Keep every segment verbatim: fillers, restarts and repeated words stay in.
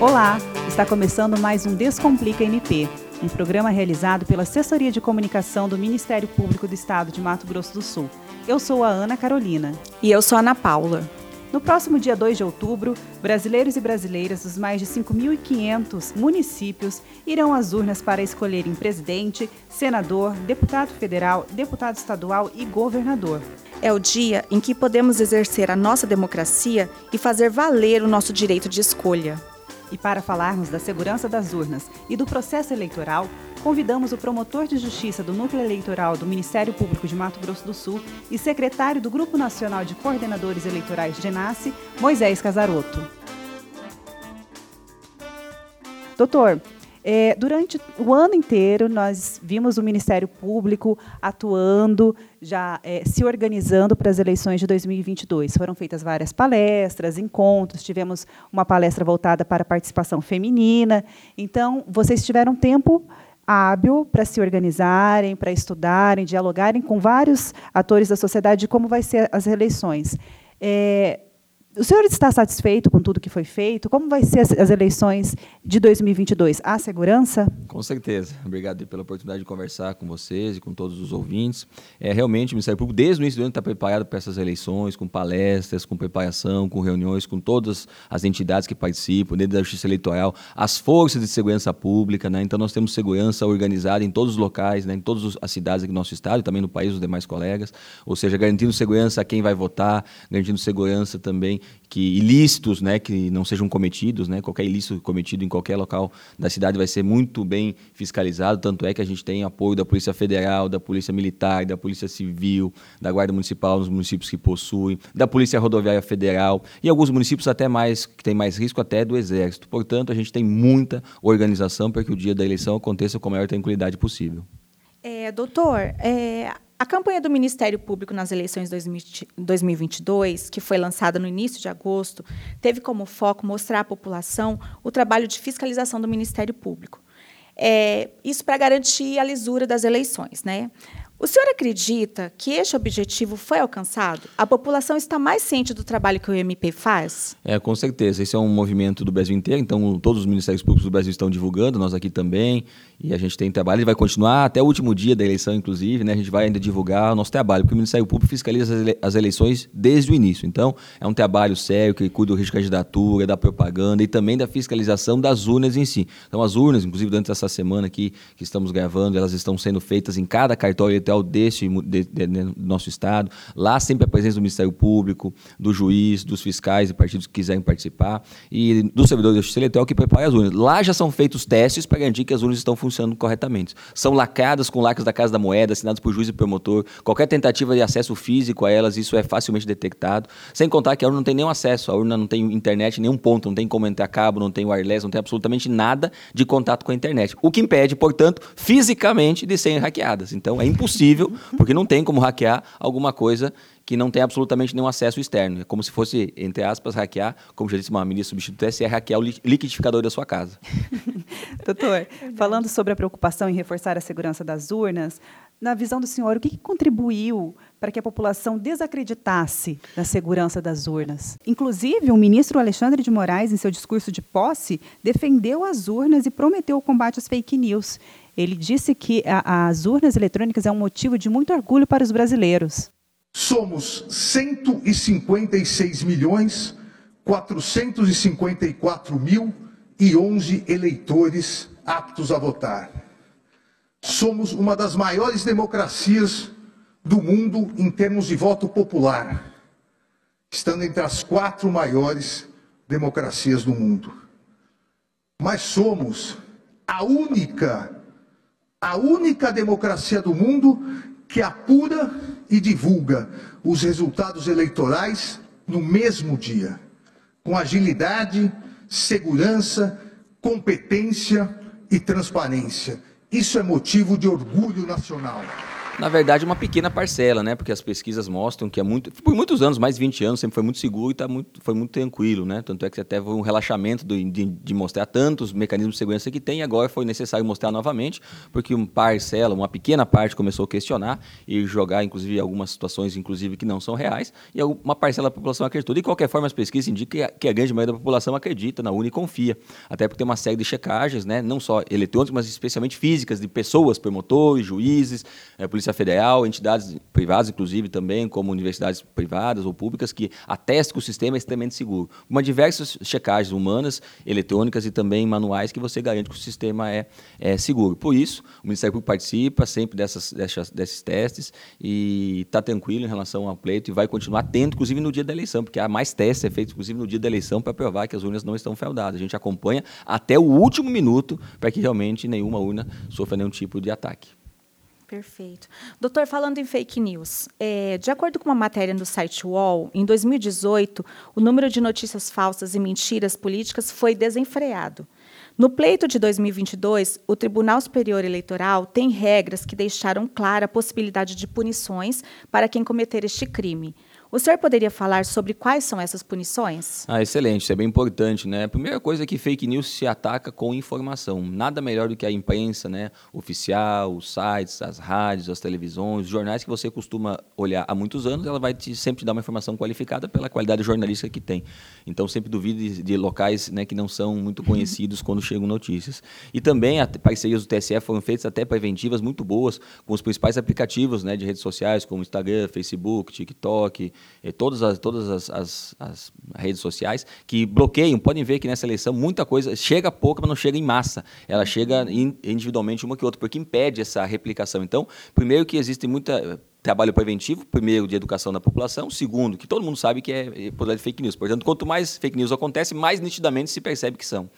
Olá, está começando mais um Descomplica M P, um programa realizado pela Assessoria de Comunicação do Ministério Público do Estado de Mato Grosso do Sul. Eu sou a Ana Carolina. E eu sou a Ana Paula. No próximo dia dois de outubro, brasileiros e brasileiras dos mais de cinco mil e quinhentos municípios irão às urnas para escolherem presidente, senador, deputado federal, deputado estadual e governador. É o dia em que podemos exercer a nossa democracia e fazer valer o nosso direito de escolha. E para falarmos da segurança das urnas e do processo eleitoral, convidamos o promotor de justiça do Núcleo Eleitoral do Ministério Público de Mato Grosso do Sul e secretário do Grupo Nacional de Coordenadores Eleitorais GENASSE, Moisés Casaroto. Doutor, é, durante o ano inteiro nós vimos o Ministério Público atuando, já é, se organizando para as eleições de dois mil e vinte e dois. Foram feitas várias palestras, encontros, tivemos uma palestra voltada para a participação feminina. Então, vocês tiveram tempo hábil para se organizarem, para estudarem, dialogarem com vários atores da sociedade de como vai ser as eleições. É, o senhor está satisfeito com tudo que foi feito? Como vai ser as, as eleições de dois mil e vinte e dois? Há segurança? Com certeza. Obrigado pela oportunidade de conversar com vocês e com todos os ouvintes. É, realmente, o Ministério Público, desde o início do ano, está preparado para essas eleições, com palestras, com preparação, com reuniões, com todas as entidades que participam, dentro da Justiça Eleitoral, as forças de segurança pública, né? Então, nós temos segurança organizada em todos os locais, né? Em todas as cidades aqui do nosso estado e também no país, os demais colegas. Ou seja, garantindo segurança a quem vai votar, garantindo segurança também que ilícitos, né, que não sejam cometidos, né, qualquer ilícito cometido em qualquer local da cidade vai ser muito bem fiscalizado, tanto é que a gente tem apoio da Polícia Federal, da Polícia Militar, da Polícia Civil, da Guarda Municipal nos municípios que possuem, da Polícia Rodoviária Federal e alguns municípios até mais, que têm mais risco até do Exército. Portanto, a gente tem muita organização para que o dia da eleição aconteça com a maior tranquilidade possível. É, doutor, é... A campanha do Ministério Público nas eleições de dois mil e vinte e dois, que foi lançada no início de agosto, teve como foco mostrar à população o trabalho de fiscalização do Ministério Público. É, isso para garantir a lisura das eleições, né? O senhor acredita que este objetivo foi alcançado? A população está mais ciente do trabalho que o M P faz? É, com certeza. Esse é um movimento do Brasil inteiro, então todos os Ministérios Públicos do Brasil estão divulgando, nós aqui também, e a gente tem trabalho, ele vai continuar até o último dia da eleição, inclusive, né? A gente vai ainda divulgar o nosso trabalho, porque o Ministério Público fiscaliza as eleições desde o início. Então, é um trabalho sério que cuida do risco de candidatura, da propaganda e também da fiscalização das urnas em si. Então, as urnas, inclusive durante essa semana aqui que estamos gravando, elas estão sendo feitas em cada cartório eleitoral deste de, de, de, do nosso estado. Lá sempre a presença do Ministério Público, do juiz, dos fiscais e partidos que quiserem participar e do servidor da Justiça Eleitoral que prepara as urnas. Lá já são feitos testes para garantir que as urnas estão funcionando corretamente. São lacradas com lacres da Casa da Moeda, assinados por juiz e promotor. Qualquer tentativa de acesso físico a elas, isso é facilmente detectado. Sem contar que a urna não tem nenhum acesso, a urna não tem internet, nenhum ponto, não tem como entrar cabo, não tem wireless, não tem absolutamente nada de contato com a internet. O que impede, portanto, fisicamente de serem hackeadas. Então, é impossível, porque não tem como hackear alguma coisa que não tem absolutamente nenhum acesso externo. É como se fosse, entre aspas, hackear, como já disse uma ministra substituta, é hackear o liquidificador da sua casa. Doutor, falando sobre a preocupação em reforçar a segurança das urnas, na visão do senhor, o que contribuiu para que a população desacreditasse na segurança das urnas? Inclusive, o ministro Alexandre de Moraes, em seu discurso de posse, defendeu as urnas e prometeu o combate às fake news. Ele disse que a, as urnas eletrônicas é um motivo de muito orgulho para os brasileiros. Somos cento e cinquenta e seis milhões, quatrocentos e cinquenta e quatro mil e onze eleitores aptos a votar. Somos uma das maiores democracias do mundo em termos de voto popular, estando entre as quatro maiores democracias do mundo. Mas somos a única, a única democracia do mundo que apura e divulga os resultados eleitorais no mesmo dia, com agilidade, segurança, competência e transparência. Isso é motivo de orgulho nacional. Na verdade, uma pequena parcela, né? Porque as pesquisas mostram que há muito, por muitos anos, mais de vinte anos, sempre foi muito seguro e tá muito, foi muito tranquilo, né? Tanto é que até houve um relaxamento do, de, de mostrar tantos mecanismos de segurança que tem, e agora foi necessário mostrar novamente, porque uma parcela, uma pequena parte começou a questionar e jogar, inclusive, algumas situações, inclusive, que não são reais, e uma parcela da população acreditou. De qualquer forma, as pesquisas indicam que a, que a grande maioria da população acredita na urna e confia, até porque tem uma série de checagens, né? Não só eletrônicas, mas especialmente físicas, de pessoas, promotores, juízes, é, Polícia Federal, entidades privadas, inclusive, também, como universidades privadas ou públicas, que atestam que o sistema é extremamente seguro. Uma diversas checagens humanas, eletrônicas e também manuais que você garante que o sistema é, é seguro. Por isso, o Ministério Público participa sempre dessas, dessas, desses testes e está tranquilo em relação ao pleito e vai continuar atento, inclusive no dia da eleição, porque há mais testes feitos, inclusive no dia da eleição, para provar que as urnas não estão fraudadas. A gente acompanha até o último minuto para que realmente nenhuma urna sofra nenhum tipo de ataque. Perfeito. Doutor, falando em fake news, é, de acordo com uma matéria do site U O L, em dois mil e dezoito, o número de notícias falsas e mentiras políticas foi desenfreado. No pleito de dois mil e vinte e dois, o Tribunal Superior Eleitoral tem regras que deixaram clara a possibilidade de punições para quem cometer este crime. O senhor poderia falar sobre quais são essas punições? Ah, excelente, isso é bem importante, né? A primeira coisa é que fake news se ataca com informação. Nada melhor do que a imprensa, né? Oficial, os sites, as rádios, as televisões, os jornais que você costuma olhar há muitos anos, ela vai te, sempre te dar uma informação qualificada pela qualidade jornalística que tem. Então, sempre duvide de, de locais, né, que não são muito conhecidos quando chegam notícias. E também, a, parcerias do T S E foram feitas até preventivas muito boas com os principais aplicativos, né, de redes sociais, como Instagram, Facebook, TikTok, todas as, todas as, as, as redes sociais que bloqueiam. Podem ver que nessa eleição muita coisa chega pouco, mas não chega em massa. Ela chega individualmente uma que outra, porque impede essa replicação. Então, primeiro que existe muita trabalho preventivo, primeiro de educação da população, segundo que todo mundo sabe que é poder de fake news. Portanto, quanto mais fake news acontece, mais nitidamente se percebe que são.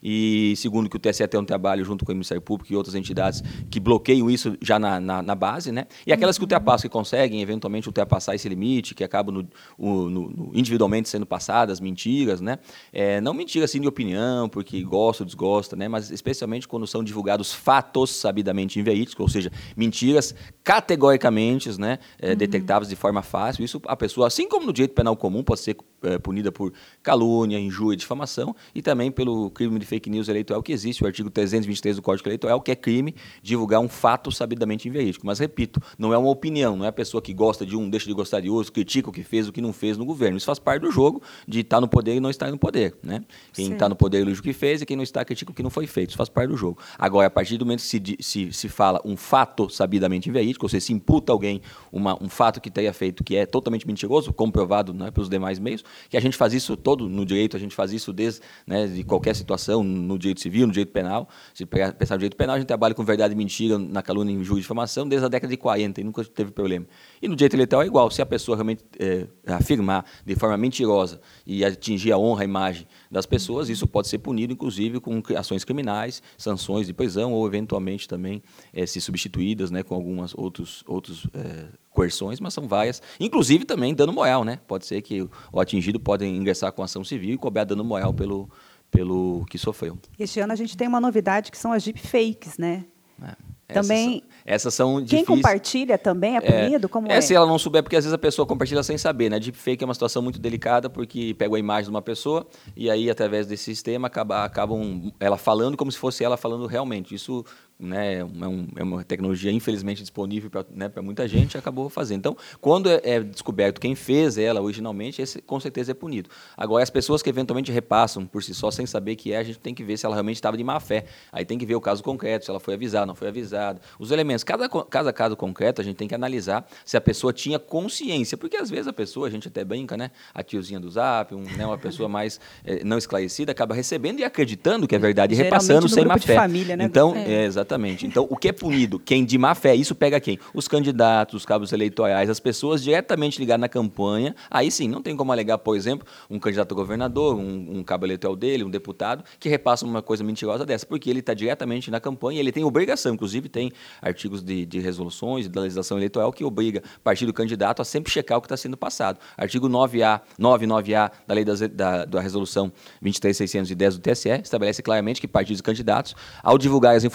E segundo que o T S E tem um trabalho junto com o Ministério Público e outras entidades que bloqueiam isso já na, na, na base, né? E aquelas que ultrapassam, que conseguem eventualmente ultrapassar esse limite, que acabam no, no, no, individualmente sendo passadas mentiras, né? É, não mentiras assim de opinião, porque gosta ou desgosta, né? Mas especialmente quando são divulgados fatos sabidamente inverídicos, ou seja, mentiras categoricamente, né, é, uhum. detectáveis de forma fácil. Isso a pessoa, assim como no direito penal comum, pode ser é, punida por calúnia, injúria, difamação e também pelo crime de fake news eleitoral, que existe o artigo trezentos e vinte e três do Código Eleitoral, que é crime divulgar um fato sabidamente inverídico. Mas, repito, não é uma opinião, não é a pessoa que gosta de um, deixa de gostar de outro, critica o que fez, o que não fez no governo. Isso faz parte do jogo de estar no poder e não estar no poder, né? Quem está no poder elogia o que fez e quem não está critica o que não foi feito. Isso faz parte do jogo. Agora, a partir do momento que se, se, se fala um fato sabidamente inverídico, ou seja, se imputa a alguém uma, um fato que teria feito que é totalmente mentiroso, comprovado, né, pelos demais meios, que a gente faz isso todo no direito, a gente faz isso desde, né, de qualquer situação, no direito civil, no direito penal. Se pensar no direito penal, a gente trabalha com verdade e mentira na calúnia, injúria e difamação desde a década de quarenta e nunca teve problema. E no direito eleitoral é igual. Se a pessoa realmente é, afirmar de forma mentirosa e atingir a honra, a imagem das pessoas, isso pode ser punido, inclusive, com ações criminais, sanções de prisão ou, eventualmente, também é, se substituídas, né, com algumas outros, outros é, coerções, mas são várias. Inclusive, também dano moral, né? Pode ser que o atingido pode ingressar com ação civil e cobrar dano moral pelo pelo que sofreu. Este ano a gente tem uma novidade que são as deepfakes, né? É, também, essas são, essas são quem difíceis. compartilha também é punido? É, como é, é? Se ela não souber, porque às vezes a pessoa compartilha sem saber, né? Deepfake é uma situação muito delicada, porque pega a imagem de uma pessoa e aí, através desse sistema, acaba, acabam ela falando como se fosse ela falando realmente. Isso, né, é, um, é uma tecnologia, infelizmente, disponível para, né, para muita gente, acabou fazendo. Então, quando é, é descoberto quem fez ela originalmente, esse com certeza é punido. Agora, as pessoas que eventualmente repassam por si só, sem saber que é, a gente tem que ver se ela realmente estava de má fé. Aí tem que ver o caso concreto, se ela foi avisada, não foi avisada. Os elementos, cada, cada caso concreto, a gente tem que analisar se a pessoa tinha consciência, porque às vezes a pessoa, a gente até brinca, né, a tiozinha do Zap, um, né, uma pessoa mais é, não esclarecida, acaba recebendo e acreditando que é verdade, e repassando sem má fé. Família, né? Então, é. É, exatamente. Então, o que é punido? Quem de má fé, isso pega quem? Os candidatos, os cabos eleitorais, as pessoas diretamente ligadas na campanha. Aí sim, não tem como alegar, por exemplo, um candidato a governador, um, um cabo eleitoral dele, um deputado, que repassa uma coisa mentirosa dessa, porque ele está diretamente na campanha e ele tem obrigação, inclusive tem artigos de, de resoluções da legislação eleitoral que obriga o partido candidato a sempre checar o que está sendo passado. Artigo nove A, nove nove A da lei das, da, da resolução vinte e três mil seiscentos e dez do T S E estabelece claramente que partidos e candidatos, ao divulgar as informações, têm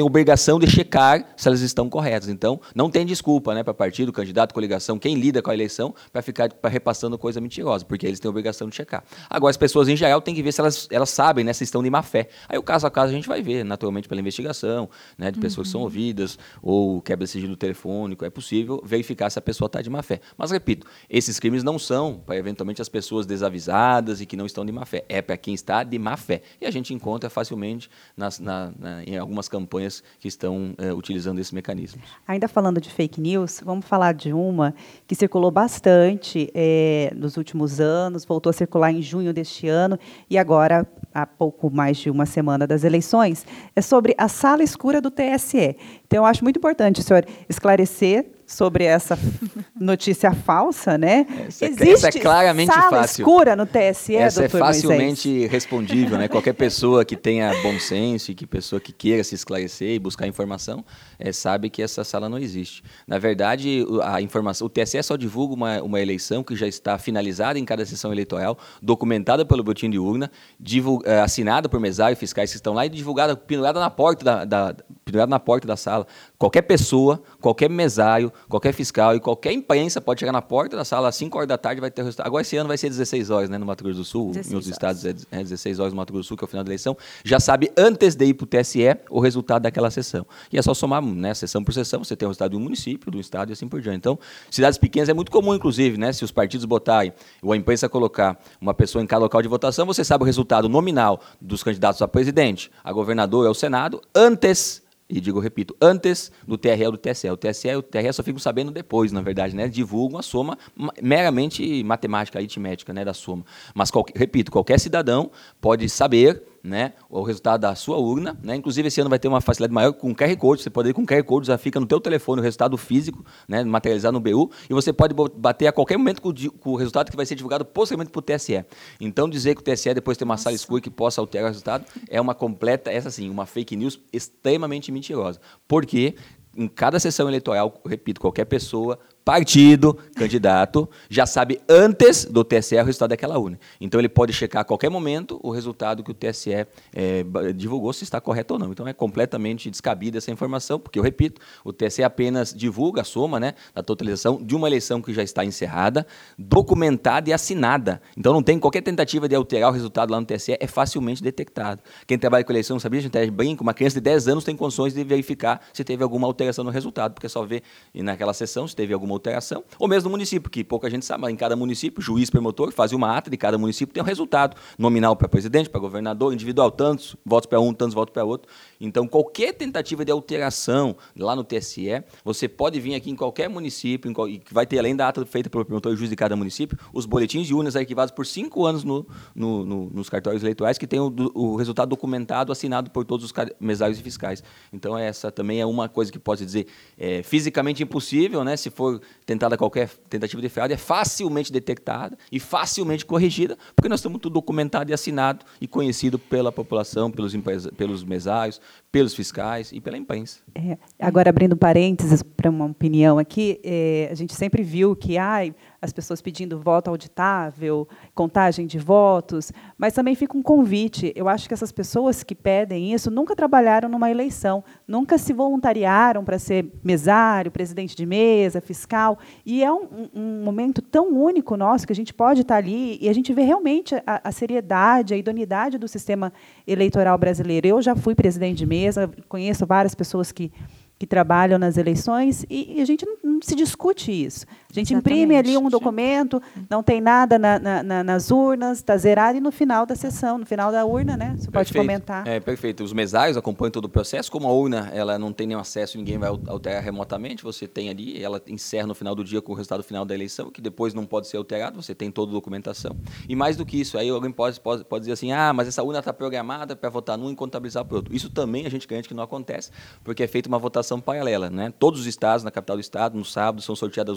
têm obrigação de checar se elas estão corretas. Então, não tem desculpa, né, para partido, candidato, coligação, quem lida com a eleição, para ficar pra repassando coisa mentirosa, porque eles têm obrigação de checar. Agora, as pessoas, em geral, têm que ver se elas, elas sabem, né, se estão de má fé. Aí, o caso a caso, a gente vai ver, naturalmente, pela investigação, né, de pessoas uhum. que são ouvidas, ou quebra de sigilo telefônico, é possível verificar se a pessoa está de má fé. Mas, repito, esses crimes não são para, eventualmente, as pessoas desavisadas e que não estão de má fé. É para quem está de má fé. E a gente encontra facilmente nas, na, na, em algumas campanhas que estão é, utilizando esse mecanismo. Ainda falando de fake news, vamos falar de uma que circulou bastante é, nos últimos anos, voltou a circular em junho deste ano e agora, há pouco mais de uma semana das eleições, é sobre a sala escura do T S E. Então, eu acho muito importante o senhor esclarecer sobre essa notícia falsa, né? Essa, Existe essa é claramente sala fácil. escura no T S E, essa doutor é facilmente Moisés? respondível, né? Qualquer pessoa que tenha bom senso e que pessoa que queira se esclarecer e buscar informação, é, sabe que essa sala não existe. Na verdade, a informação, o T S E só divulga uma, uma eleição que já está finalizada em cada sessão eleitoral, documentada pelo boletim de urna, divulga, assinada por mesários fiscais que estão lá e divulgada, pendurada na porta da, da, pendurada na porta da sala. Qualquer pessoa, qualquer mesário, qualquer fiscal e qualquer imprensa pode chegar na porta da sala às cinco horas da tarde e vai ter o resultado. Agora, esse ano vai ser dezesseis horas, né, no Mato Grosso do Sul, em outros estados é dezesseis horas no Mato Grosso do Sul, que é o final da eleição. Já sabe, antes de ir para o T S E, o resultado daquela sessão. E é só somar, né, sessão por sessão, você tem o resultado de um município, do estado e assim por diante. Então, cidades pequenas é muito comum, inclusive, né, se os partidos botarem, ou a imprensa colocar uma pessoa em cada local de votação, você sabe o resultado nominal dos candidatos a presidente, a governador e ao Senado, antes... E digo, repito, antes do T R E ou do T S E. O T S E e o T R E só ficam sabendo depois, na verdade, né? Divulgam a soma meramente matemática, aritmética, né, da soma. Mas, qualquer, repito, qualquer cidadão pode saber, né, o resultado da sua urna, né? Inclusive, esse ano vai ter uma facilidade maior com Q R Code. Você pode ir com Q R Code, já fica no teu telefone o resultado físico, né, materializado no B U, e você pode bater a qualquer momento com o, com o resultado que vai ser divulgado posteriormente para o T S E. Então, dizer que o T S E depois tem uma Nossa. sala escura que possa alterar o resultado é uma completa, essa sim, uma fake news extremamente mentirosa. Porque em cada sessão eleitoral, repito, qualquer pessoa, partido, candidato, já sabe antes do T S E o resultado daquela urna. Então, ele pode checar a qualquer momento o resultado que o T S E é, divulgou, se está correto ou não. Então, é completamente descabida essa informação, porque, eu repito, o T S E apenas divulga a soma, né, da totalização de uma eleição que já está encerrada, documentada e assinada. Então, não tem qualquer tentativa de alterar o resultado lá no T S E, é facilmente detectado. Quem trabalha com eleição, sabia? A gente brinca, uma criança de dez anos tem condições de verificar se teve alguma alteração no resultado, porque só vê naquela sessão se teve alguma alteração, ou mesmo no município, que pouca gente sabe, mas em cada município, o juiz promotor faz uma ata de cada município, tem um resultado nominal para presidente, para governador, individual, tantos votos para um, tantos votos para outro. Então, qualquer tentativa de alteração lá no T S E, você pode vir aqui em qualquer município, em qual, e que vai ter, além da ata feita pelo promotor e juiz de cada município, os boletins de urnas arquivados por cinco anos no, no, no, nos cartórios eleitorais, que tem o, o resultado documentado, assinado por todos os mesários e fiscais. Então, essa também é uma coisa que pode dizer é, fisicamente impossível, né, se for tentada qualquer tentativa de fraude, é facilmente detectada e facilmente corrigida, porque nós estamos tudo documentado e assinado e conhecido pela população, pelos, pelos mesários, pelos fiscais e pela imprensa. É, agora, abrindo parênteses para uma opinião aqui, é, a gente sempre viu que ai, as pessoas pedindo voto auditável, contagem de votos, mas também fica um convite. Eu acho que essas pessoas que pedem isso nunca trabalharam numa eleição, nunca se voluntariaram para ser mesário, presidente de mesa, fiscal, e é um, um momento tão único nosso que a gente pode estar ali e a gente vê realmente a, a seriedade, a idoneidade do sistema eleitoral brasileiro. Eu já fui presidente de mesa, conheço várias pessoas que que trabalham nas eleições, e, e a gente não, não se discute isso. A gente Exatamente. imprime ali um documento, não tem nada na, na, na, nas urnas, está zerado, e no final da sessão, no final da urna, né, você pode perfeito. comentar. É, perfeito. Os mesários acompanham todo o processo. Como a urna ela não tem nenhum acesso, ninguém vai alterar remotamente, você tem ali, ela encerra no final do dia com o resultado final da eleição, que depois não pode ser alterado, você tem toda a documentação. E mais do que isso, aí alguém pode, pode, pode dizer assim, ah, mas essa urna está programada para votar num e contabilizar para o outro. Isso também a gente garante que não acontece, porque é feita uma votação paralela, né? Todos os estados, na capital do estado, no sábado, são sorteadas as urnas reais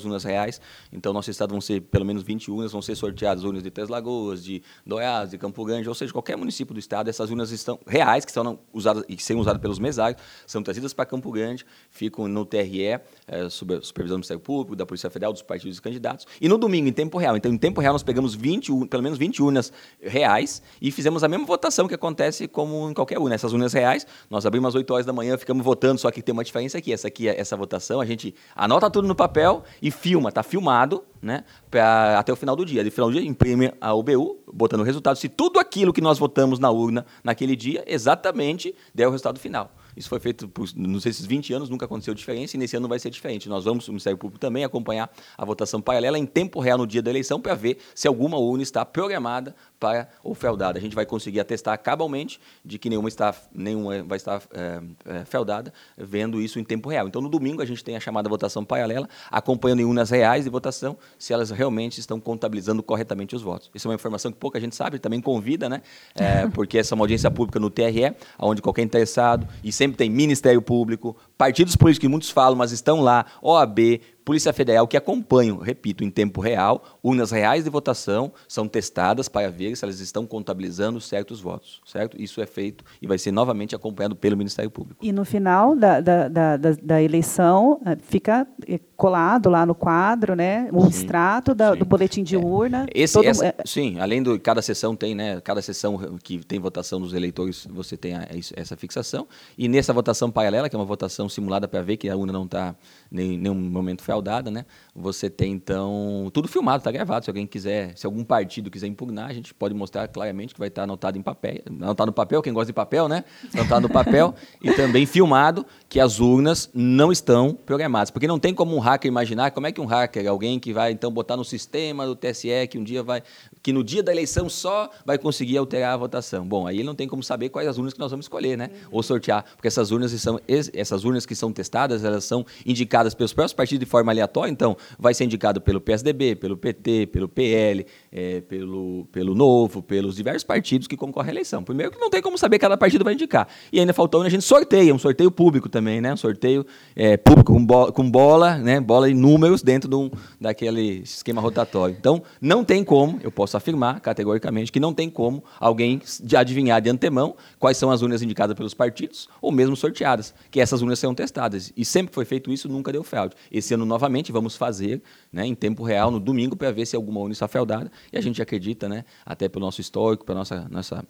reais. Então, nosso estado vão ser pelo menos vinte urnas, vão ser sorteadas urnas de Três Lagoas, de Goiás, de Campo Grande, ou seja, qualquer município do estado. Essas urnas estão reais, que são usadas e que são usadas pelos mesários, são trazidas para Campo Grande, ficam no T R E, é, sob a supervisão do Ministério Público, da Polícia Federal, dos partidos e candidatos. E no domingo, em tempo real. Então, em tempo real, nós pegamos vinte, pelo menos vinte urnas reais e fizemos a mesma votação que acontece como em qualquer urna. Essas urnas reais, nós abrimos às oito horas da manhã, ficamos votando, só que tem uma diferença aqui. Essa aqui, essa votação, a gente anota tudo no papel e filma, está filmado, né, pra, até o final do dia. No final do dia, imprime a O B U, botando o resultado. Se tudo aquilo que nós votamos na urna naquele dia, exatamente, der o resultado final. Isso foi feito por, nos esses vinte anos, nunca aconteceu diferença, e nesse ano vai ser diferente. Nós vamos, o Ministério Público também, acompanhar a votação paralela em tempo real no dia da eleição para ver se alguma urna está programada para ou feldada. A gente vai conseguir atestar cabalmente de que nenhuma, está, nenhuma vai estar é, é, feldada, vendo isso em tempo real. Então, no domingo, a gente tem a chamada votação paralela, acompanhando em urnas reais de votação, se elas realmente estão contabilizando corretamente os votos. Isso é uma informação que pouca gente sabe, também convida, né? É, porque essa é uma audiência pública no T R E, onde qualquer interessado, e sempre tem Ministério Público, partidos políticos que muitos falam, mas estão lá, O A B, Polícia Federal, que acompanham, repito, em tempo real, urnas reais de votação são testadas para ver se elas estão contabilizando certos votos, certo? Isso é feito e vai ser novamente acompanhado pelo Ministério Público. E no final da, da, da, da, da eleição, fica colado lá no quadro, né, um sim, extrato da, do boletim de urna. É. Esse, todo, essa, é... Sim, além de cada sessão tem, né, cada sessão que tem votação dos eleitores, você tem a, essa fixação. E nessa votação paralela, que é uma votação simulada para ver que a urna não está em nenhum momento feudada, né? Você tem, então, tudo filmado, está gravado. Se alguém quiser, se algum partido quiser impugnar, a gente pode mostrar claramente que vai estar anotado em papel. Anotado no papel, quem gosta de papel, né? Anotado no papel. E também filmado que as urnas não estão programadas. Porque não tem como um hacker imaginar como é que um hacker, alguém que vai, então, botar no sistema do T S E, que um dia vai, que no dia da eleição só vai conseguir alterar a votação. Bom, aí ele não tem como saber quais as urnas que nós vamos escolher, né? Ou sortear. Porque essas urnas são, essas urnas que são testadas, elas são indicadas pelos próprios partidos de forma aleatória, então vai ser indicado pelo P S D B, pelo P T, pelo P L, é, pelo, pelo Novo, pelos diversos partidos que concorrem à eleição. Primeiro que não tem como saber que cada partido vai indicar. E ainda faltou, a gente sorteia, um sorteio público também, né? Um sorteio é, público com bola, com bola, né? Bola e números dentro de um, daquele esquema rotatório. Então, não tem como, eu posso afirmar categoricamente, que não tem como alguém de adivinhar de antemão quais são as urnas indicadas pelos partidos, ou mesmo sorteadas, que essas urnas serão testadas. E sempre que foi feito isso, nunca deu fraude. Esse ano, novamente, vamos fazer, né, em tempo real, no domingo, para ver se alguma urna está feudada. E a gente acredita, né, até pelo nosso histórico, pela nossa... nossa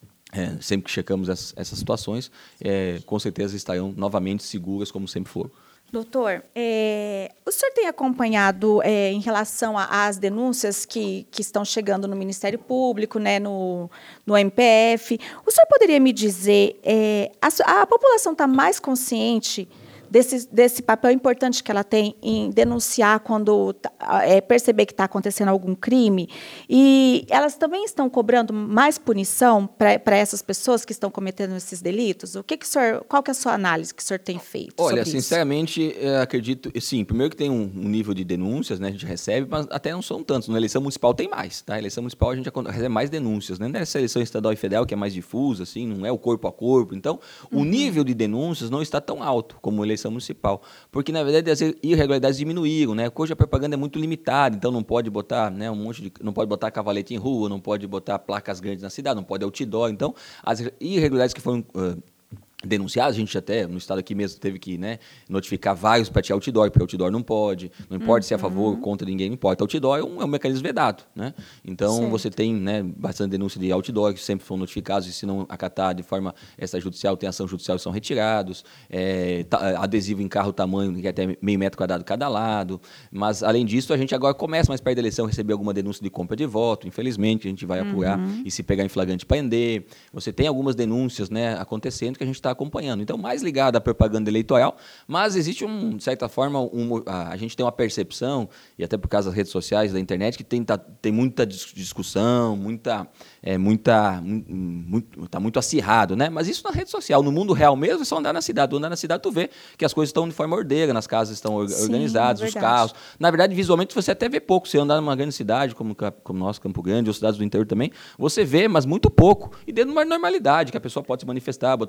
é, sempre que checamos essas, essas situações, é, com certeza estarão novamente seguras, como sempre foram. Doutor, é, o senhor tem acompanhado é, em relação às denúncias que, que estão chegando no Ministério Público, né, no, no M P F? O senhor poderia me dizer, é, a, a população está mais consciente Desse, desse papel importante que ela tem em denunciar quando é, perceber que está acontecendo algum crime? E elas também estão cobrando mais punição para essas pessoas que estão cometendo esses delitos? O que que o senhor, qual que é a sua análise que o senhor tem feito? Olha, sobre sinceramente, isso? eu acredito... Sim, primeiro que tem um, um nível de denúncias, né, a gente recebe, mas até não são tantos. Na eleição municipal tem mais. Tá? Na eleição municipal a gente recebe mais denúncias. Né? Nessa eleição estadual e federal, que é mais difusa, assim, não é o corpo a corpo. Então, uhum. o nível de denúncias não está tão alto como a eleição municipal, porque na verdade as irregularidades diminuíram, né? Hoje a propaganda é muito limitada, então não pode botar, né, um monte de, não pode botar cavalete em rua, não pode botar placas grandes na cidade, não pode outdoor, então as irregularidades que foram uh, denunciadas, a gente até, no estado aqui mesmo, teve que, né, notificar vários para tirar outdoor, porque outdoor não pode, não importa uhum. se é a favor ou contra ninguém, não importa. Outdoor é um, é um mecanismo vedado, né? Então, certo. Você tem, né, bastante denúncia de outdoor, que sempre foram notificados, e se não acatar de forma extrajudicial, tem ação judicial, são retirados, é, tá, adesivo em carro tamanho, que é até meio metro quadrado cada lado, mas, além disso, a gente agora começa, mais perto da eleição, a receber alguma denúncia de compra de voto, infelizmente, a gente vai apurar, uhum. e se pegar em flagrante, prender. Você tem algumas denúncias, né, acontecendo, que a gente está acompanhando. Então, mais ligado à propaganda eleitoral, mas existe, um, de certa forma, um, a, a gente tem uma percepção, e até por causa das redes sociais, da internet, que tem, tá, tem muita discussão, muita... É, muita muito, tá muito acirrado, né? Mas isso na rede social. No mundo real mesmo, é só andar na cidade. Andar na cidade, tu vê que as coisas estão de forma ordeira, nas casas estão organizadas, Sim, os carros. Na verdade, visualmente, você até vê pouco. Se andar numa grande cidade, como, como nosso Campo Grande, ou cidades do interior também, você vê, mas muito pouco. E dentro de uma normalidade, que a pessoa pode se manifestar, botar o adesivo no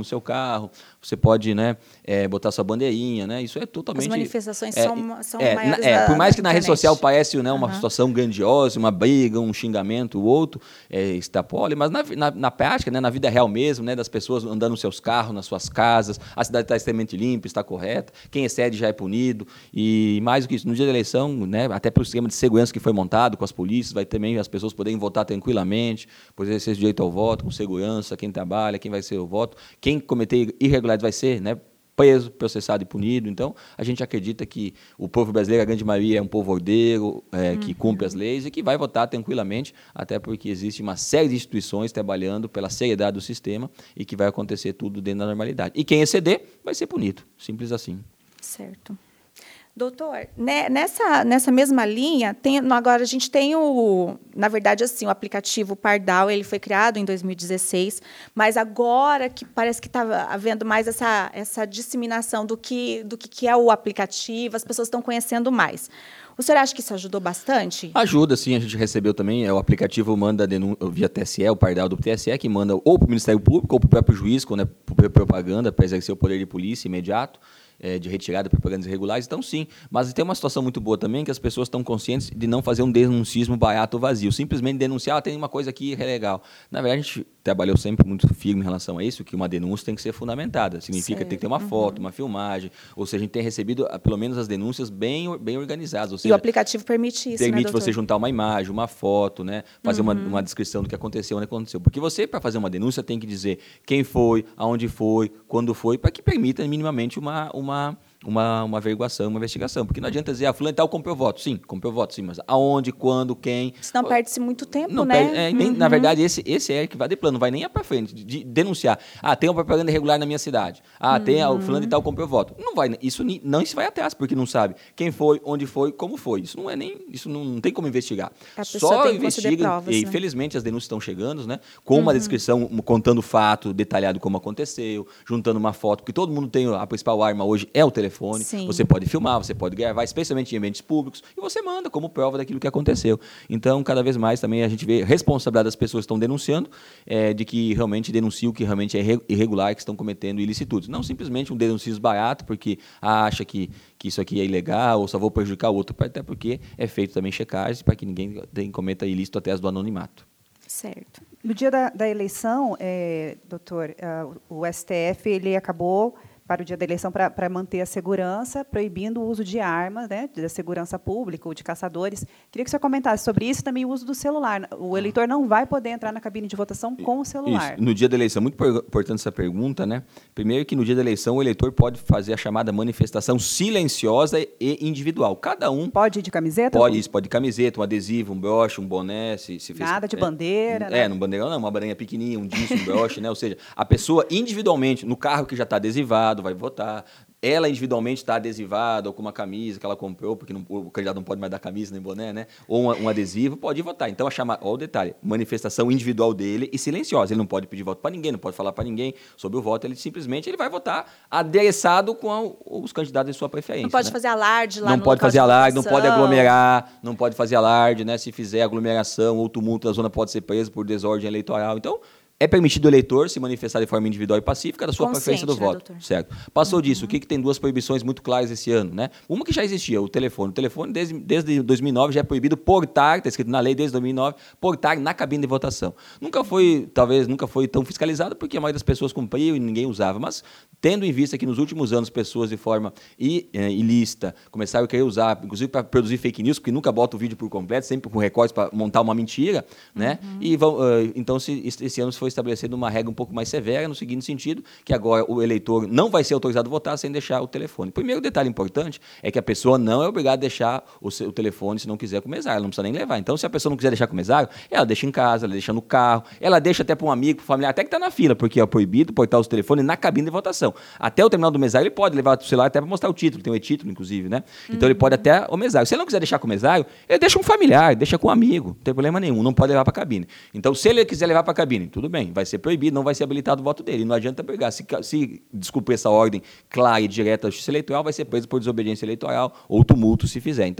seu carro, você pode, né, é, botar sua bandeirinha, né? Isso é totalmente... As manifestações é, são, são é, maiores é, da, por mais da que na rede internet. social pareça, né, uma Uhum. situação grandiosa, uma briga, um xingamento, o outro é, extrapole, mas na, na, na prática, né, na vida real mesmo, né, das pessoas andando nos seus carros, nas suas casas, a cidade está extremamente limpa, está correta, quem excede já é punido, e mais do que isso, no dia da eleição, né, até pelo esquema de segurança que foi montado com as polícias, vai também as pessoas poderem votar tranquilamente, poder exercer direito ao voto, com segurança, quem trabalha, quem vai ser o voto, quem cometer irregularidades vai ser, né, preso, processado e punido. Então, a gente acredita que o povo brasileiro, a grande maioria, é um povo ordeiro, é, que uhum. cumpre as leis e que vai votar tranquilamente, até porque existe uma série de instituições trabalhando pela seriedade do sistema e que vai acontecer tudo dentro da normalidade. E quem exceder vai ser punido. Simples assim. Certo. Doutor, né, nessa, nessa mesma linha, tem, agora a gente tem o, na verdade, assim, o aplicativo Pardal, ele foi criado em dois mil e dezesseis, mas agora que parece que está havendo mais essa, essa disseminação do que, do que é o aplicativo, as pessoas estão conhecendo mais. O senhor acha que isso ajudou bastante? Ajuda, sim. A gente recebeu também, é, o aplicativo manda denúncia via T S E, o Pardal do T S E, que manda ou para o Ministério Público ou para o próprio juiz, quando é propaganda, para exercer o poder de polícia imediato. É, de retirada de propagandas irregulares, então sim. Mas tem uma situação muito boa também, que as pessoas estão conscientes de não fazer um denuncismo barato ou vazio. Simplesmente denunciar, ah, tem uma coisa aqui que é legal. Na verdade, a gente trabalhou sempre muito firme em relação a isso, que uma denúncia tem que ser fundamentada. Significa que tem que ter uma foto, uhum. uma filmagem, ou seja, a gente tem recebido, pelo menos, as denúncias bem, bem organizadas. Ou seja, e o aplicativo permite isso, permite, né, você doutor? juntar uma imagem, uma foto, né, fazer uhum. uma, uma descrição do que aconteceu, onde aconteceu. Porque você, para fazer uma denúncia, tem que dizer quem foi, aonde foi, quando foi, para que permita minimamente uma... uma Uma, uma averiguação, uma investigação. Porque não adianta dizer, ah, fulano e tal comprou voto. Sim, comprou voto, sim, mas aonde, quando, quem... Senão perde-se muito tempo, não, né? Perde, é, nem, uhum. Na verdade, esse, esse é que vai de plano, não vai nem para frente, de, de denunciar. Ah, tem uma propaganda irregular na minha cidade. Ah, uhum. tem, ah, o fulano e tal comprou voto. Não vai, isso não se vai atrás, porque não sabe quem foi, onde foi, como foi. Isso não é nem, isso não, não tem como investigar. A pessoa Só tem que investiga, provas, e né? Felizmente as denúncias estão chegando, né? Com uhum. uma descrição, contando o fato detalhado como aconteceu, juntando uma foto, porque todo mundo tem, a principal arma hoje é o telefone. Sim. Você pode filmar, você pode gravar, especialmente em ambientes públicos, e você manda como prova daquilo que aconteceu. Então, cada vez mais também a gente vê a responsabilidade das pessoas que estão denunciando, é, de que realmente denunciam o que realmente é irregular, que estão cometendo ilicitudes. Não simplesmente um denuncismo barato, porque acha que, que isso aqui é ilegal, ou só vou prejudicar o outro, até porque é feito também checagem para que ninguém tem, cometa ilícito até do anonimato. Certo. No dia da, da eleição, é, doutor, uh, o S T F ele acabou para o dia da eleição para manter a segurança, proibindo o uso de armas, né, da segurança pública ou de caçadores. Queria que o senhor comentasse sobre isso e também o uso do celular. O eleitor não vai poder entrar na cabine de votação com o celular. Isso. No dia da eleição, muito importante essa pergunta, né? Primeiro que no dia da eleição o eleitor pode fazer a chamada manifestação silenciosa e individual. Cada um... Pode ir de camiseta? Pode isso, pode de camiseta, um adesivo, um broche, um boné. Se, se fez, Nada de é, bandeira. É, né? não bandeira não, uma bandeira pequenininha, um disco, um broche, né? Ou seja, a pessoa individualmente, no carro que já está adesivado, vai votar. Ela individualmente está adesivada ou com uma camisa que ela comprou, porque não, o candidato não pode mais dar camisa nem boné, né? Ou um, um adesivo, pode ir votar. Então, a chama, ó, o detalhe, manifestação individual dele e silenciosa. Ele não pode pedir voto para ninguém, não pode falar para ninguém sobre o voto. Ele simplesmente ele vai votar adereçado com a, os candidatos de sua preferência. Não pode né? fazer alarde lá Não no pode fazer alarde, não pode votação. aglomerar, não pode fazer alarde, né? Se fizer aglomeração ou tumulto na zona, pode ser preso por desordem eleitoral. Então, é permitido o eleitor se manifestar de forma individual e pacífica da sua Consciente, preferência do né, voto. doutor? Certo. Passou Uhum. disso. O que, que tem duas proibições muito claras esse ano, né? Uma que já existia, o telefone. O telefone, desde, desde dois mil e nove, já é proibido portar, está escrito na lei desde dois mil e nove, portar na cabine de votação. Nunca foi, talvez, nunca foi tão fiscalizado, porque a maioria das pessoas cumpriam e ninguém usava. Mas, tendo em vista que nos últimos anos pessoas de forma i, é, ilícita começaram a querer usar, inclusive para produzir fake news, porque nunca bota o vídeo por completo, sempre com recortes para montar uma mentira, né? Uhum. E vão, uh, então, se, esse ano foi estabelecendo uma regra um pouco mais severa, no seguinte sentido, que agora o eleitor não vai ser autorizado a votar sem deixar o telefone. O primeiro detalhe importante é que a pessoa não é obrigada a deixar o, seu, o telefone se não quiser com o mesário, ela não precisa nem levar. Então, se a pessoa não quiser deixar com o mesário, ela deixa em casa, ela deixa no carro, ela deixa até para um amigo, para um familiar, até que está na fila, porque é proibido portar os telefones na cabine de votação. Até o terminal do mesário, ele pode levar o celular até para mostrar o título, tem o e-título, inclusive, né? Então, uhum. ele pode até o mesário. Se ele não quiser deixar com o mesário, ele deixa um familiar, deixa com um amigo, não tem problema nenhum, não pode levar para a cabine. Então, se ele quiser levar para a cabine, tudo bem, vai ser proibido, não vai ser habilitado o voto dele. Não adianta brigar. Se, se descumprir essa ordem clara e direta da justiça eleitoral, vai ser preso por desobediência eleitoral ou tumulto se fizer. Então,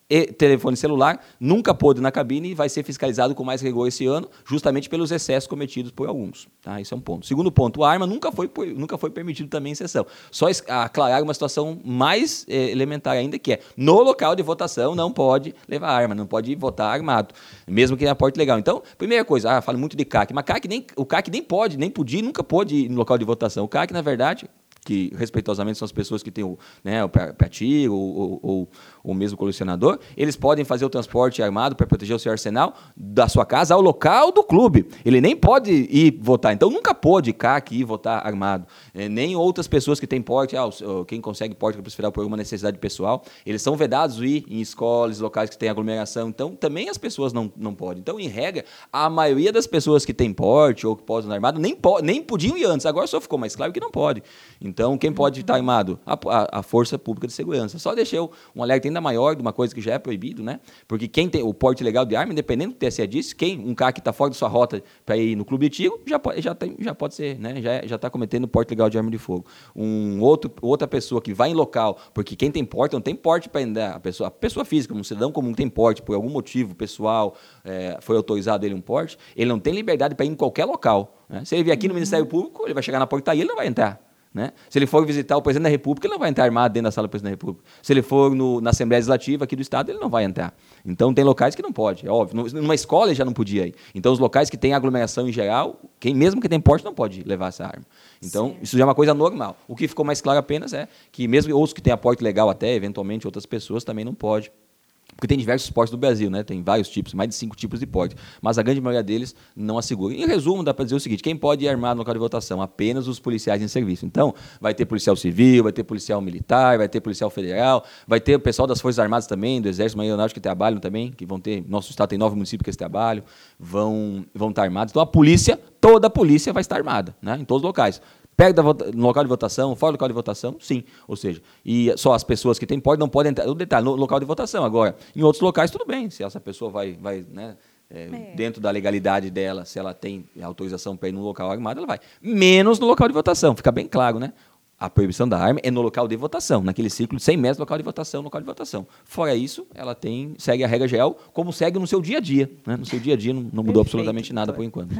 e telefone celular, nunca pôde na cabine e vai ser fiscalizado com mais rigor esse ano, justamente pelos excessos cometidos por alguns. Tá? Esse é um ponto. Segundo ponto, a arma nunca foi, nunca foi permitido também em sessão. Só aclarar uma situação mais eh, elementar ainda, que é, no local de votação não pode levar arma, não pode votar armado, mesmo que na porta legal. Então, primeira coisa, ah, falo muito de C A C, mas C A C nem, o C A C nem pode, nem podia, nunca pôde ir no local de votação. O C A C, na verdade, que respeitosamente são as pessoas que têm o, né, o para tiro ou, ou, ou mesmo colecionador, eles podem fazer o transporte armado para proteger o seu arsenal da sua casa ao local do clube. Ele nem pode ir votar. Então, nunca pôde C A C ir votar armado. É, nem outras pessoas que têm porte, ah, quem consegue porte para esperar por alguma necessidade pessoal, eles são vedados ir em escolas, locais que têm aglomeração. Então, também as pessoas não, não podem. Então, em regra, a maioria das pessoas que têm porte ou que posam armado nem, po nem podiam ir antes. Agora só ficou mais claro que não pode. Então, quem pode estar armado? A, a, a Força Pública de Segurança. Só deixei um alerta ainda maior de uma coisa que já é proibido, né? Porque quem tem o porte legal de arma, independente do que o T S E disse, quem, um cara que está fora da sua rota para ir no clube de tiro, já pode, já tem, já pode ser, né? Já já está cometendo porte legal de arma de fogo. Um outro, outra pessoa que vai em local, porque quem tem porte não tem porte para andar. A pessoa, a pessoa física, um cidadão comum tem porte, por algum motivo pessoal, é, foi autorizado ele um porte, ele não tem liberdade para ir em qualquer local. Né? Se ele vier aqui no uhum. Ministério Público, ele vai chegar na portaria e ele não vai entrar. Né? Se ele for visitar o presidente da República, ele não vai entrar armado dentro da sala do presidente da República. Se ele for no, na Assembleia Legislativa aqui do Estado, ele não vai entrar. Então, tem locais que não pode, é óbvio. Numa escola, ele já não podia ir. Então, os locais que têm aglomeração em geral, quem, mesmo que tem porte, não pode levar essa arma. Então, certo. Isso já é uma coisa normal. O que ficou mais claro apenas é que, mesmo os que têm porte legal até, eventualmente, outras pessoas também não podem. Porque tem diversos portes do Brasil, né? Tem vários tipos, mais de cinco tipos de porte, mas a grande maioria deles não assegura. Em resumo, dá para dizer o seguinte, quem pode ir armado no local de votação? Apenas os policiais em serviço. Então, vai ter policial civil, vai ter policial militar, vai ter policial federal, vai ter o pessoal das Forças Armadas também, do Exército Aeronáutico que trabalham também, que vão ter, nosso estado tem nove municípios que esse trabalho, vão, vão estar armados. Então, a polícia, toda a polícia vai estar armada, né? Em todos os locais. Perto da, no local de votação, fora do local de votação, sim. Ou seja, e só as pessoas que têm porte não podem entrar. O detalhe, no local de votação. Agora, em outros locais, tudo bem. Se essa pessoa vai, vai né, é, é. dentro da legalidade dela, se ela tem autorização para ir no local armado, ela vai. Menos no local de votação. Fica bem claro, né? A proibição da arma é no local de votação, naquele círculo de cem metros do local de votação, no local de votação. Fora isso, ela tem, segue a regra geral, como segue no seu dia a dia. Né? No seu dia a dia não, não mudou Perfeito, absolutamente nada por enquanto.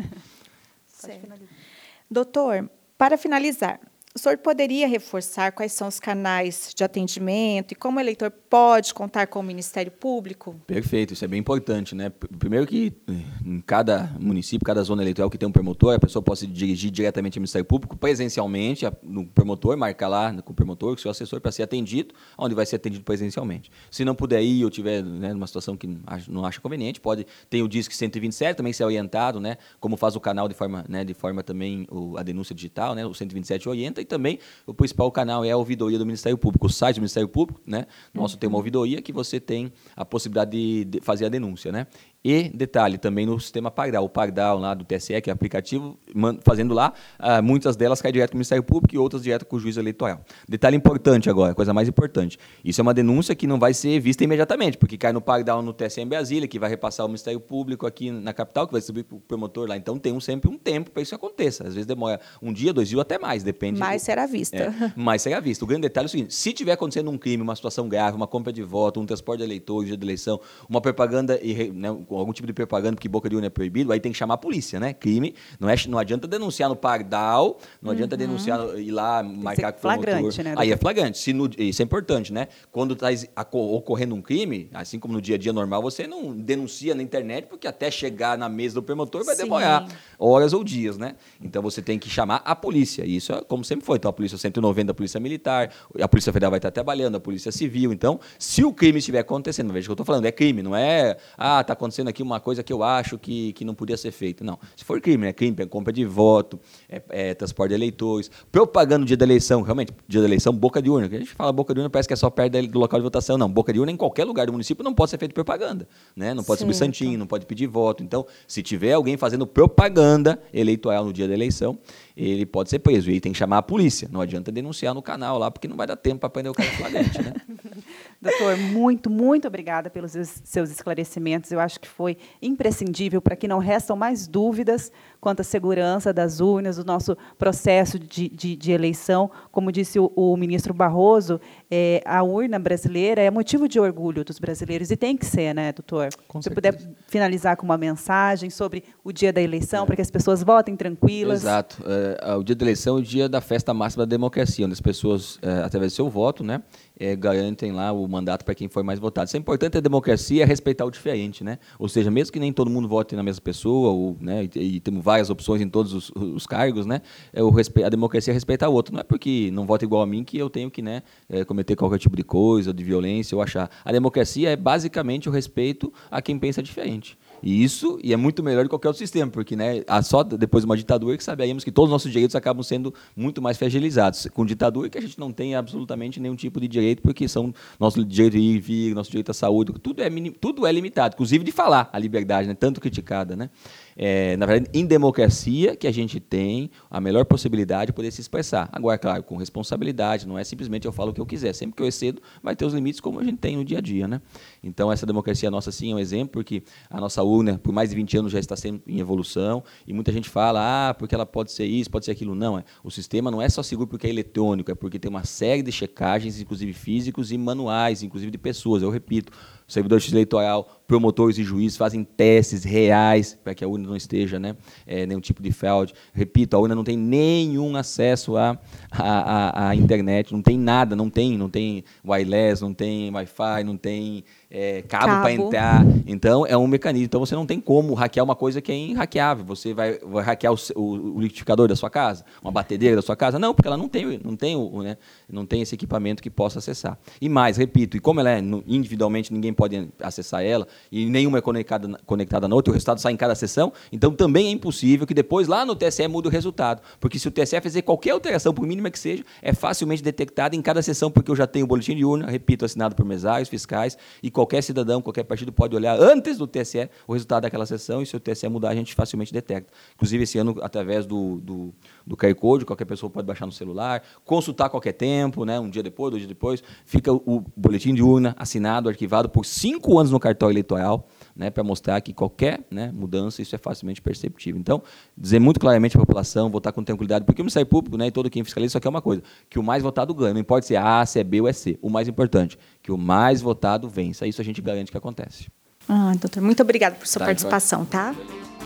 Doutor, para finalizar, o senhor poderia reforçar quais são os canais de atendimento e como o eleitor pode contar com o Ministério Público? Perfeito, isso é bem importante, né? Primeiro que em cada município, cada zona eleitoral que tem um promotor, a pessoa pode se dirigir diretamente ao Ministério Público, presencialmente, no promotor, marcar lá com o promotor, com o seu assessor, para ser atendido, onde vai ser atendido presencialmente. Se não puder ir ou tiver, né, numa situação que não acha conveniente, pode, tem o Disque cento e vinte e sete, também ser orientado, né? Como faz o canal de forma, né, de forma também o, a denúncia digital, né? O cento e vinte e sete orienta, e também o principal canal é a ouvidoria do Ministério Público. O site do Ministério Público, né? Nosso uhum. tem uma ouvidoria que você tem a possibilidade de, de fazer a denúncia, né? E, detalhe, também no sistema Pardal. O Pardal lá do T S E, que é aplicativo, fazendo lá, ah, muitas delas caem direto para o Ministério Público e outras direto com o juiz eleitoral. Detalhe importante agora, coisa mais importante. Isso é uma denúncia que não vai ser vista imediatamente, porque cai no Pardal no T S E em Brasília, que vai repassar ao Ministério Público aqui na capital, que vai distribuir para o promotor lá. Então, tem um, sempre um tempo para isso aconteça. Às vezes demora um dia, dois dias, até mais, depende. Mais do... será vista. É, mais será vista. O grande detalhe é o seguinte, se tiver acontecendo um crime, uma situação grave, uma compra de voto, um transporte de eleitor, dia de eleição, uma propaganda, né, algum tipo de propaganda, porque boca de urna é proibido, aí tem que chamar a polícia, né? Crime, não, é, não adianta denunciar no Pardal, não adianta uhum. denunciar, ir lá, tem marcar com o promotor. Né, aí é flagrante. Se no, isso é importante, né? Quando está ocorrendo um crime, assim como no dia a dia normal, você não denuncia na internet, porque até chegar na mesa do promotor vai Sim. demorar horas ou dias, né? Então você tem que chamar a polícia. E isso é como sempre foi. Então a polícia cento e noventa, a polícia militar, a polícia federal vai estar trabalhando, a polícia civil. Então, se o crime estiver acontecendo, veja o que eu estou falando, é crime, não é, ah, está acontecendo aqui uma coisa que eu acho que, que não podia ser feita. Não. Se for crime, é crime, é compra de voto, é, é transporte de eleitores, propaganda no dia da eleição, realmente, dia da eleição, boca de urna. A gente fala boca de urna, parece que é só perto do local de votação. Não, boca de urna em qualquer lugar do município não pode ser feita propaganda. Né? Não pode certo. subir santinho, não pode pedir voto. Então, se tiver alguém fazendo propaganda eleitoral no dia da eleição, ele pode ser preso. E aí tem que chamar a polícia. Não adianta denunciar no canal lá, porque não vai dar tempo para prender o cara flagrante, né? Doutor, muito, muito obrigada pelos seus esclarecimentos. Eu acho que que foi imprescindível para que não restam mais dúvidas quanto à segurança das urnas, do nosso processo de, de, de eleição. Como disse o, o ministro Barroso, é, a urna brasileira é motivo de orgulho dos brasileiros, e tem que ser, né, doutor? Com Se certeza. puder finalizar com uma mensagem sobre o dia da eleição, é. para que as pessoas votem tranquilas. Exato. É, o dia da eleição é o dia da festa máxima da democracia, onde as pessoas, é, através do seu voto, né, é, garantem lá o mandato para quem for mais votado. Isso é importante, a democracia é respeitar o diferente, né? Ou seja, mesmo que nem todo mundo vote na mesma pessoa, ou, né, e, e temos várias opções em todos os, os cargos, né, é o respe... a democracia é respeitar o outro. Não é porque não vota igual a mim que eu tenho que, né, é, cometer qualquer tipo de coisa, de violência ou achar. A democracia é basicamente o respeito a quem pensa diferente. E isso e é muito melhor de qualquer outro sistema, porque, né, só depois de uma ditadura que saberíamos que todos os nossos direitos acabam sendo muito mais fragilizados. Com ditadura que a gente não tem absolutamente nenhum tipo de direito, porque são nosso direito de ir e vir, nosso direito à saúde, tudo é, tudo é limitado, inclusive de falar a liberdade, né, tanto criticada, né? É, na verdade, em democracia que a gente tem a melhor possibilidade de poder se expressar. Agora, claro, com responsabilidade, não é simplesmente eu falo o que eu quiser. Sempre que eu excedo, vai ter os limites como a gente tem no dia a dia, né? Então, essa democracia nossa, sim, é um exemplo, porque a nossa urna, por mais de vinte anos, já está sempre em evolução, e muita gente fala, ah, porque ela pode ser isso, pode ser aquilo. Não, é. O sistema não é só seguro porque é eletrônico, é porque tem uma série de checagens, inclusive físicos e manuais, inclusive de pessoas. Eu repito, o servidor eleitoral, promotores e juízes fazem testes reais para que a urna não esteja, né, é, nenhum tipo de fraude. Repito, a urna não tem nenhum acesso à, à, à internet, não tem nada, não tem, não tem wireless, não tem Wi-Fi, não tem é, cabo, cabo. para entrar. Então, é um mecanismo. Então, você não tem como hackear uma coisa que é inhackeável. Você vai, vai hackear o, o, o liquidificador da sua casa, uma batedeira da sua casa? Não, porque ela não tem, não tem, o, né, não tem esse equipamento que possa acessar. E mais, repito, e como ela é individualmente, ninguém pode acessar ela, e nenhuma é conectada, conectada na outra, o resultado sai em cada sessão, então também é impossível que depois lá no T S E mude o resultado, porque se o T S E fizer qualquer alteração, por mínima que seja, é facilmente detectada em cada sessão, porque eu já tenho o boletim de urna, repito, assinado por mesários, fiscais, e qualquer cidadão, qualquer partido pode olhar antes do T S E o resultado daquela sessão, e se o T S E mudar, a gente facilmente detecta. Inclusive, esse ano, através do, do, do Q R Code, qualquer pessoa pode baixar no celular, consultar a qualquer tempo, né, um dia depois, dois dias depois, fica o boletim de urna assinado, arquivado por cinco anos no cartório eleitoral, né, para mostrar que qualquer, né, mudança, isso é facilmente perceptível. Então, dizer muito claramente à população, votar com tranquilidade, porque o Ministério Público, né, e todo quem fiscaliza, só quer uma coisa, que o mais votado ganha. Não importa se é A, se é B ou é C. O mais importante, que o mais votado vença. Isso a gente garante que acontece. Ah, doutor, muito obrigada por sua tá, participação, tá?